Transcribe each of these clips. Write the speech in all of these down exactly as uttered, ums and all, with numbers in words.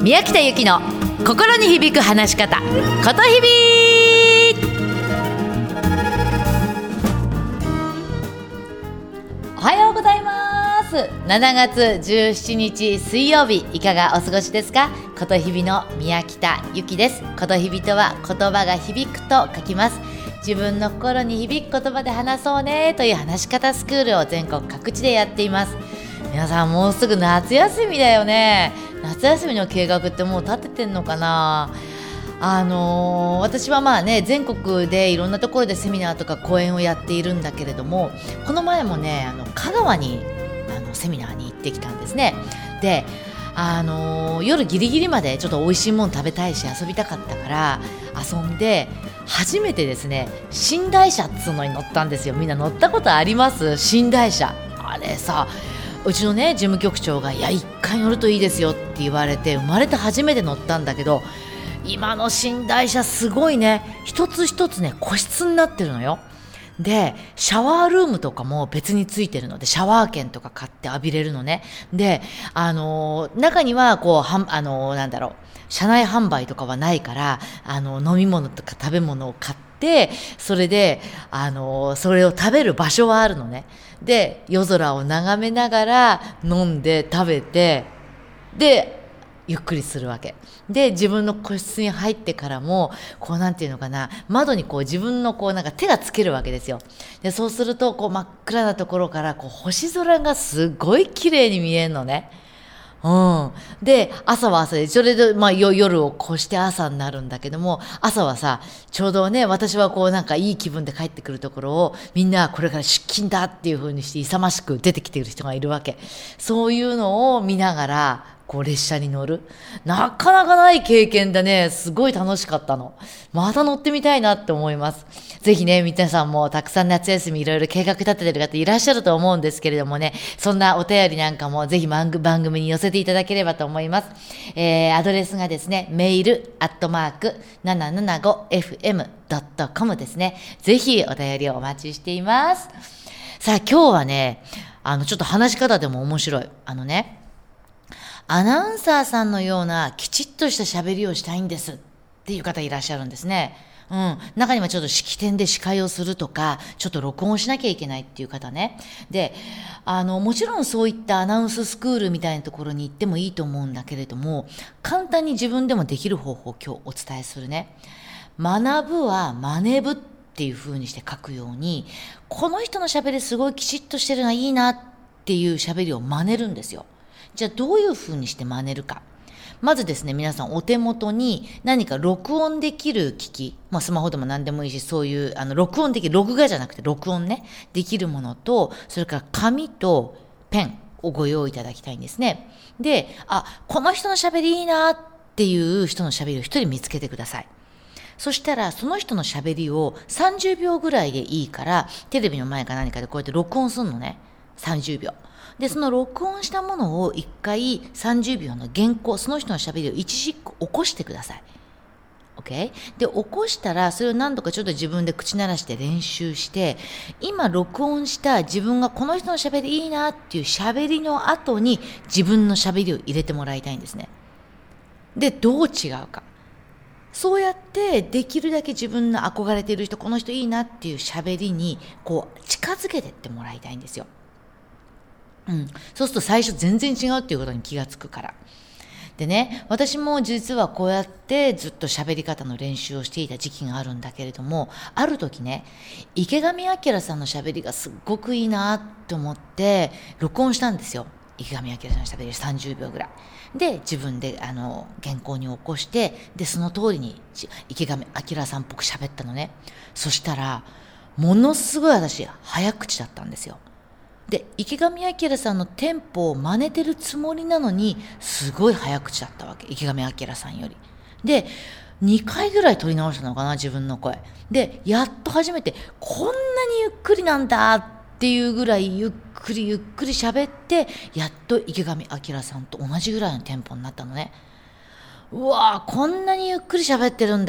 宮北由紀の心に響く話し方、ことひび。おはようございます。しちがつじゅうしちにち水曜日、いかがお過ごしですか？ことひびの宮北由紀です。ことひびとは言葉が響くと書きます。自分の心に響く言葉で話そうねという話し方スクールを全国各地でやっています。皆さんもうすぐ夏休みだよね。夏休みの計画ってもう立ててんのかな？あのー、私はまあね、全国でいろんなところでセミナーとか講演をやっているんだけれども、この前もね、あの香川にあのセミナーに行ってきたんですね。で、あのー、夜ギリギリまでちょっと美味しいもの食べたいし遊びたかったから遊んで、初めてですね、寝台車っつうのに乗ったんですよ。みんな乗ったことあります？寝台車。あれさ、うちのね事務局長がいや一回乗るといいですよって言われて、生まれて初めて乗ったんだけど、今の寝台車すごいね。一つ一つね個室になってるのよ。でシャワールームとかも別についてるので、シャワー券とか買って浴びれるのね。であのー、中にはこうはあのー、なんだろう車内販売とかはないから、あの飲み物とか食べ物を買って、それであのそれを食べる場所はあるのね。で夜空を眺めながら飲んで食べて、でゆっくりするわけで、自分の個室に入ってからもこうなんていうのかな、窓にこう自分のこうなんか手がつけるわけですよ。でそうするとこう真っ暗なところからこう星空がすごい綺麗に見えるのね。うん、で朝は朝で、それで、まあ、夜を越して朝になるんだけども、朝はさちょうどね、私はこうなんかいい気分で帰ってくるところを、みんなこれから出勤だっていう風にして勇ましく出てきている人がいるわけ。そういうのを見ながらこう列車に乗る、なかなかない経験でね、すごい楽しかったの。また乗ってみたいなって思います。ぜひね、皆さんもたくさん夏休みいろいろ計画立ててる方いらっしゃると思うんですけれどもね、そんなお便りなんかもぜひ番組に寄せていただければと思います。えー、アドレスがですね、メールアットマーク ななななごエフエムドットコム ですね。ぜひお便りをお待ちしています。さあ今日はね、あのちょっと話し方でも面白い、あのね、アナウンサーさんのようなきちっとした喋りをしたいんですっていう方いらっしゃるんですね。うん、中にはちょっと式典で司会をするとか、ちょっと録音しなきゃいけないっていう方ね。で、あのもちろんそういったアナウンススクールみたいなところに行ってもいいと思うんだけれども、簡単に自分でもできる方法を今日お伝えするね。学ぶは真似ぶっていう風にして書くように、この人の喋りすごいきちっとしてるのがいいなっていう喋りを真似るんですよ。じゃあどういう風にして真似るか。まずですね、皆さんお手元に何か録音できる機器、まあスマホでも何でもいいし、そういうあの録音できる、録画じゃなくて録音ね、できるものと、それから紙とペンをご用意いただきたいんですね。で、あ、この人の喋りいいなっていう人の喋りを一人見つけてください。そしたらその人の喋りをさんじゅうびょうぐらいでいいから、テレビの前か何かでこうやって録音するのね。さんじゅうびょう。でその録音したものを一回さんじゅうびょうの原稿、その人のしゃべりを一字一句起こしてください。 OK で起こしたら、それを何度かちょっと自分で口鳴らして練習して、今録音した自分がこの人のしゃべりいいなっていうしゃべりの後に自分のしゃべりを入れてもらいたいんですね。でどう違うか、そうやってできるだけ自分の憧れている人、この人いいなっていうしゃべりにこう近づけてってもらいたいんですよ。うん、そうすると最初全然違うっていうことに気がつくから。でね、私も実はこうやってずっと喋り方の練習をしていた時期があるんだけれども、ある時ね、池上彰さんの喋りがすっごくいいなと思って録音したんですよ。池上彰さんの喋りさんじゅうびょうぐらいで自分であの原稿に起こして、でその通りに池上彰さんっぽく喋ったのね。そしたらものすごい私早口だったんですよ。で池上彰さんのテンポを真似てるつもりなのに、すごい早口だったわけ、池上彰さんより。でにかいぐらい撮り直したのかな、自分の声で。やっと初めてこんなにゆっくりなんだっていうぐらいゆっくりゆっくり喋って、やっと池上彰さんと同じぐらいのテンポになったのね。うわー、こんなにゆっくり喋ってるんだっ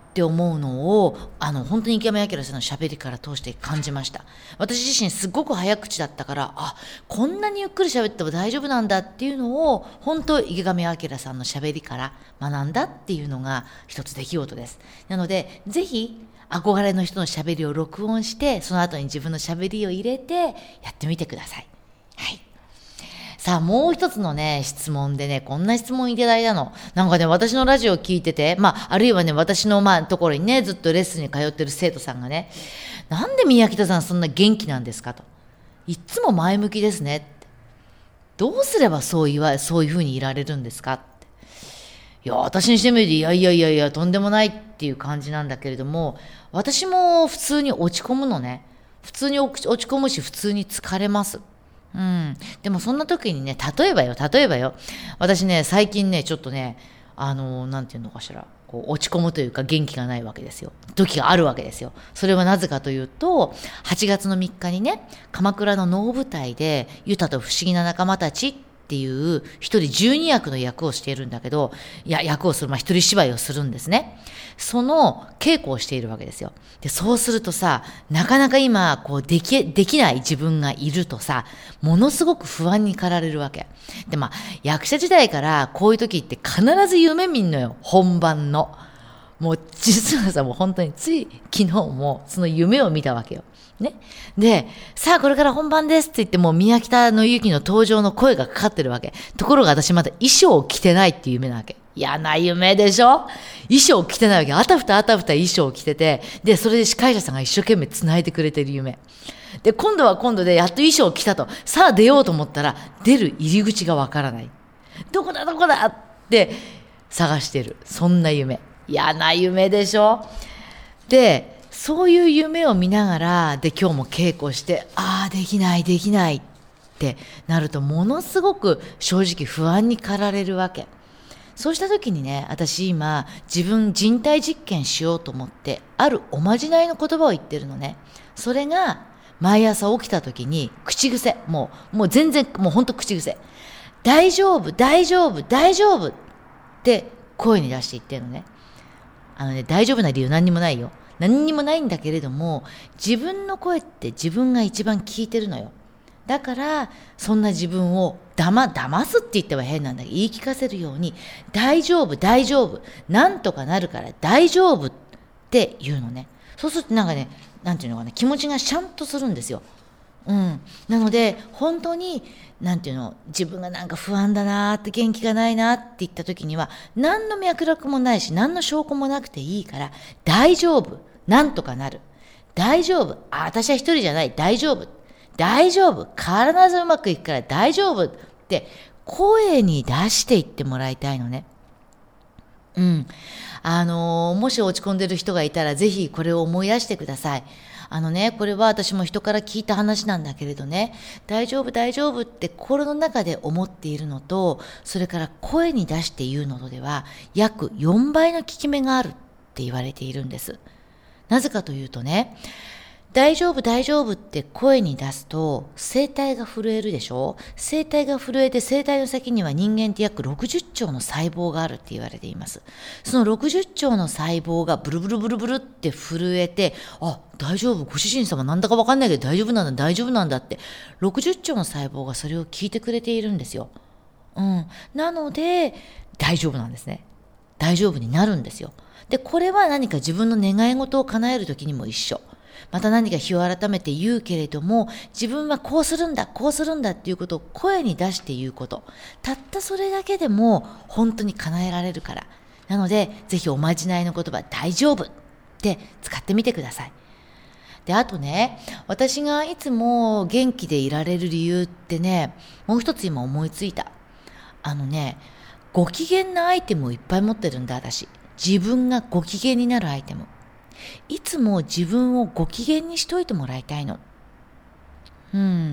って思うのをあの本当に池上彰さんの喋りから通して感じました。私自身すごく早口だったから、あ、こんなにゆっくり喋っても大丈夫なんだっていうのを本当池上彰さんの喋りから学んだっていうのが一つ出来事です。なのでぜひ憧れの人の喋りを録音して、その後に自分の喋りを入れてやってみてください。はい。さあ、もう一つのね、質問でね、こんな質問いただいたの。なんかね、私のラジオを聞いてて、まあ、あるいはね、私のまあ、ところにね、ずっとレッスンに通ってる生徒さんがね、なんで宮北さんそんな元気なんですかと。いつも前向きですねって。どうすればそう言わ、そういうふうにいられるんですかって。いや、私にしてみると、いやいやいやいや、とんでもないっていう感じなんだけれども、私も普通に落ち込むのね。普通に落ち込むし、普通に疲れます。うん。でもそんな時にね、例えばよ、例えばよ。私ね、最近ね、ちょっとね、あの、なんていうのかしら。こう落ち込むというか元気がないわけですよ。時があるわけですよ。それはなぜかというと、はちがつのみっかにね、鎌倉の能舞台で、ユタと不思議な仲間たちっていう一人じゅうにやくの役をしているんだけど、いや、役をする、まあ一人芝居をするんですね。その稽古をしているわけですよ。で、そうするとさ、なかなか今、こう、でき、できない自分がいるとさ、ものすごく不安に駆られるわけ。で、まあ、役者時代からこういう時って必ず夢見んのよ。本番の。もう、実はさ、もう本当につい昨日もその夢を見たわけよ。ね。で、さあこれから本番ですって言ってもう宮北のゆきの登場の声がかかってるわけ。ところが私まだ衣装を着てないっていう夢なわけ。嫌な夢でしょ？衣装を着てないわけ。あたふたあたふた衣装を着てて、で、それで司会者さんが一生懸命繋いでくれてる夢。で、今度は今度でやっと衣装を着たと。さあ出ようと思ったら、出る入り口がわからない。どこだどこだって探してる。そんな夢。嫌な夢でしょ？で、そういう夢を見ながら、で、今日も稽古して、ああ、できない、できないってなると、ものすごく正直不安に駆られるわけ。そうした時にね、私今、自分人体実験しようと思って、あるおまじないの言葉を言ってるのね。それが、毎朝起きた時に、口癖、もう、もう全然、もうほんと口癖。大丈夫、大丈夫、大丈夫って声に出して言ってるのね。あのね、大丈夫な理由何にもないよ。何にもないんだけれども、自分の声って自分が一番聞いてるのよ。だから、そんな自分を騙、騙すって言っては変なんだけど、言い聞かせるように、大丈夫、大丈夫、なんとかなるから大丈夫って言うのね。そうするとなんかね、なんていうのかな、気持ちがシャンとするんですよ。うん。なので、本当に、なんていうの、自分がなんか不安だなーって元気がないなって言った時には、何の脈絡もないし、何の証拠もなくていいから、大丈夫、なんとかなる。大丈夫、あ、私は一人じゃない、大丈夫。大丈夫、必ずうまくいくから大丈夫って声に出していってもらいたいのね。うん。あのー、もし落ち込んでる人がいたらぜひこれを思い出してください。あのね、これは私も人から聞いた話なんだけれどね、大丈夫大丈夫って心の中で思っているのと、それから声に出して言うのとでは約よんばいの効き目があるって言われているんです。なぜかというとね、大丈夫大丈夫って声に出すと声帯が震えるでしょ。声帯が震えて声帯の先には人間って約ろくじゅっちょうの細胞があるって言われています。そのろくじゅっちょうの細胞がブルブルブルブルって震えて、あ、大丈夫、ご主人様なんだかわかんないけど大丈夫なんだ大丈夫なんだってろくじゅっちょうの細胞がそれを聞いてくれているんですよ。うん。なので大丈夫なんですね。大丈夫になるんですよ。で、これは何か自分の願い事を叶えるときにも一緒。また何か日を改めて言うけれども、自分はこうするんだ、こうするんだっていうことを声に出して言うこと。たったそれだけでも本当に叶えられるから。なので、ぜひおまじないの言葉、大丈夫って使ってみてください。で、あとね、私がいつも元気でいられる理由ってね、もう一つ今思いついた。あのね、ご機嫌なアイテムをいっぱい持ってるんだ、私。自分がご機嫌になるアイテム。いつも自分をご機嫌にしといてもらいたいの。うん。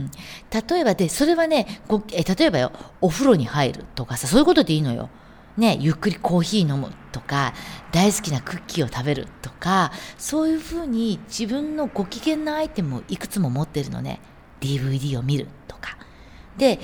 例えばで、それはね、ごえ例えばよ、お風呂に入るとかさ、そういうことでいいのよ。ね、ゆっくりコーヒー飲むとか、大好きなクッキーを食べるとか、そういうふうに自分のご機嫌なアイテムをいくつも持ってるのね。ディーブイディー を見るとか。で、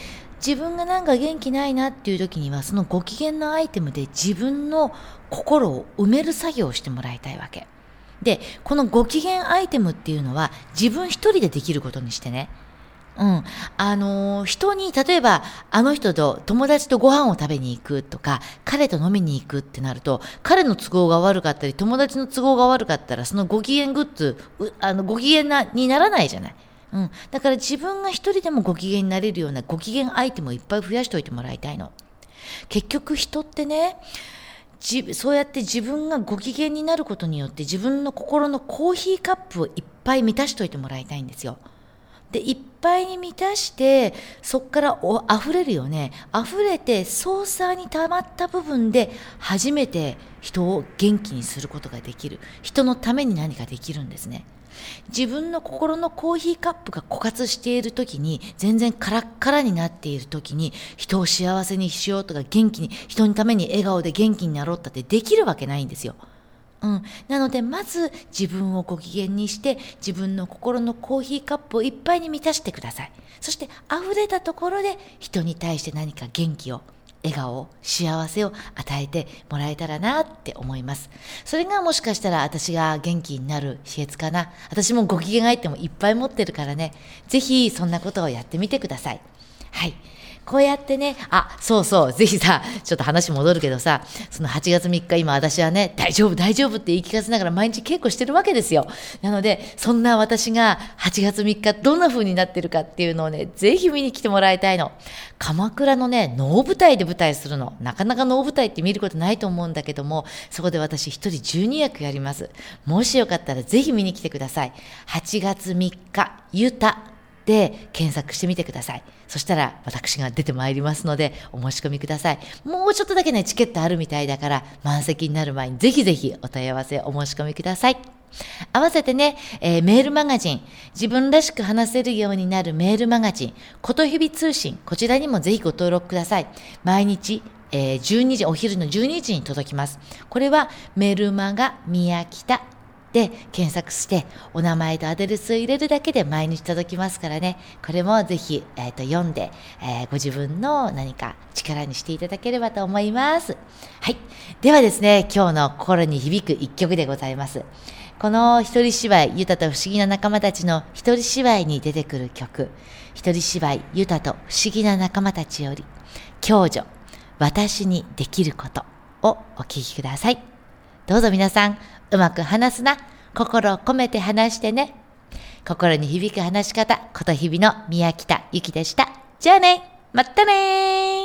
自分がなんか元気ないなっていう時には、そのご機嫌のアイテムで自分の心を埋める作業をしてもらいたいわけで、このご機嫌アイテムっていうのは自分一人でできることにしてね。うん。あのー、人に、例えば、あの人と友達とご飯を食べに行くとか、彼と飲みに行くってなると、彼の都合が悪かったり、友達の都合が悪かったら、そのご機嫌グッズ、あの、ご機嫌な、にならないじゃない。うん。だから自分が一人でもご機嫌になれるようなご機嫌アイテムをいっぱい増やしておいてもらいたいの。結局人ってね、じそうやって自分がご機嫌になることによって自分の心のコーヒーカップをいっぱい満たしておいてもらいたいんですよ。で、いっぱいに満たして、そこからお溢れるよね。溢れて、ソーサーに溜まった部分で、初めて人を元気にすることができる。人のために何かできるんですね。自分の心のコーヒーカップが枯渇している時に、全然カラッカラになっている時に、人を幸せにしようとか元気に、人のために笑顔で元気になろうったってできるわけないんですよ。うん、なのでまず自分をご機嫌にして自分の心のコーヒーカップをいっぱいに満たしてください。そして溢れたところで人に対して何か元気を、笑顔を、幸せを与えてもらえたらなって思います。それがもしかしたら私が元気になる秘訣かな。私もご機嫌アイテムいっぱい持ってるからね、ぜひそんなことをやってみてください。はい。こうやってね、あ、そうそう、ぜひさ、ちょっと話戻るけどさ、そのはちがつみっか、今私はね、大丈夫、大丈夫って言い聞かせながら毎日稽古してるわけですよ。なので、そんな私がはちがつみっかどんな風になってるかっていうのをね、ぜひ見に来てもらいたいの。鎌倉のね、能舞台で舞台するの。なかなか能舞台って見ることないと思うんだけども、そこで私一人じゅうにやくやります。もしよかったらぜひ見に来てください。はちがつみっか、ゆた。で検索してみてください。そしたら私が出てまいりますのでお申し込みください。もうちょっとだけねチケットあるみたいだから満席になる前にぜひぜひお問い合わせお申し込みください。合わせてね、えー、メールマガジン、自分らしく話せるようになるメールマガジン、ことひび通信、こちらにもぜひご登録ください。毎日えー、じゅうにじ、お昼のじゅうにじに届きます。これはメルマガ宮北で検索してお名前とアドレスを入れるだけで毎日届きますからね。これもぜひ、えー、と読んで、えー、ご自分の何か力にしていただければと思います。はい。ではですね、今日の心に響く一曲でございます。この一人芝居、ユタと不思議な仲間たちの一人芝居に出てくる曲、一人芝居、ユタと不思議な仲間たちより、共助、私にできることをお聞きください。どうぞ皆さん、うまく話すな。心を込めて話してね。心に響く話し方、ことひびの宮北ゆきでした。じゃあね。またねー。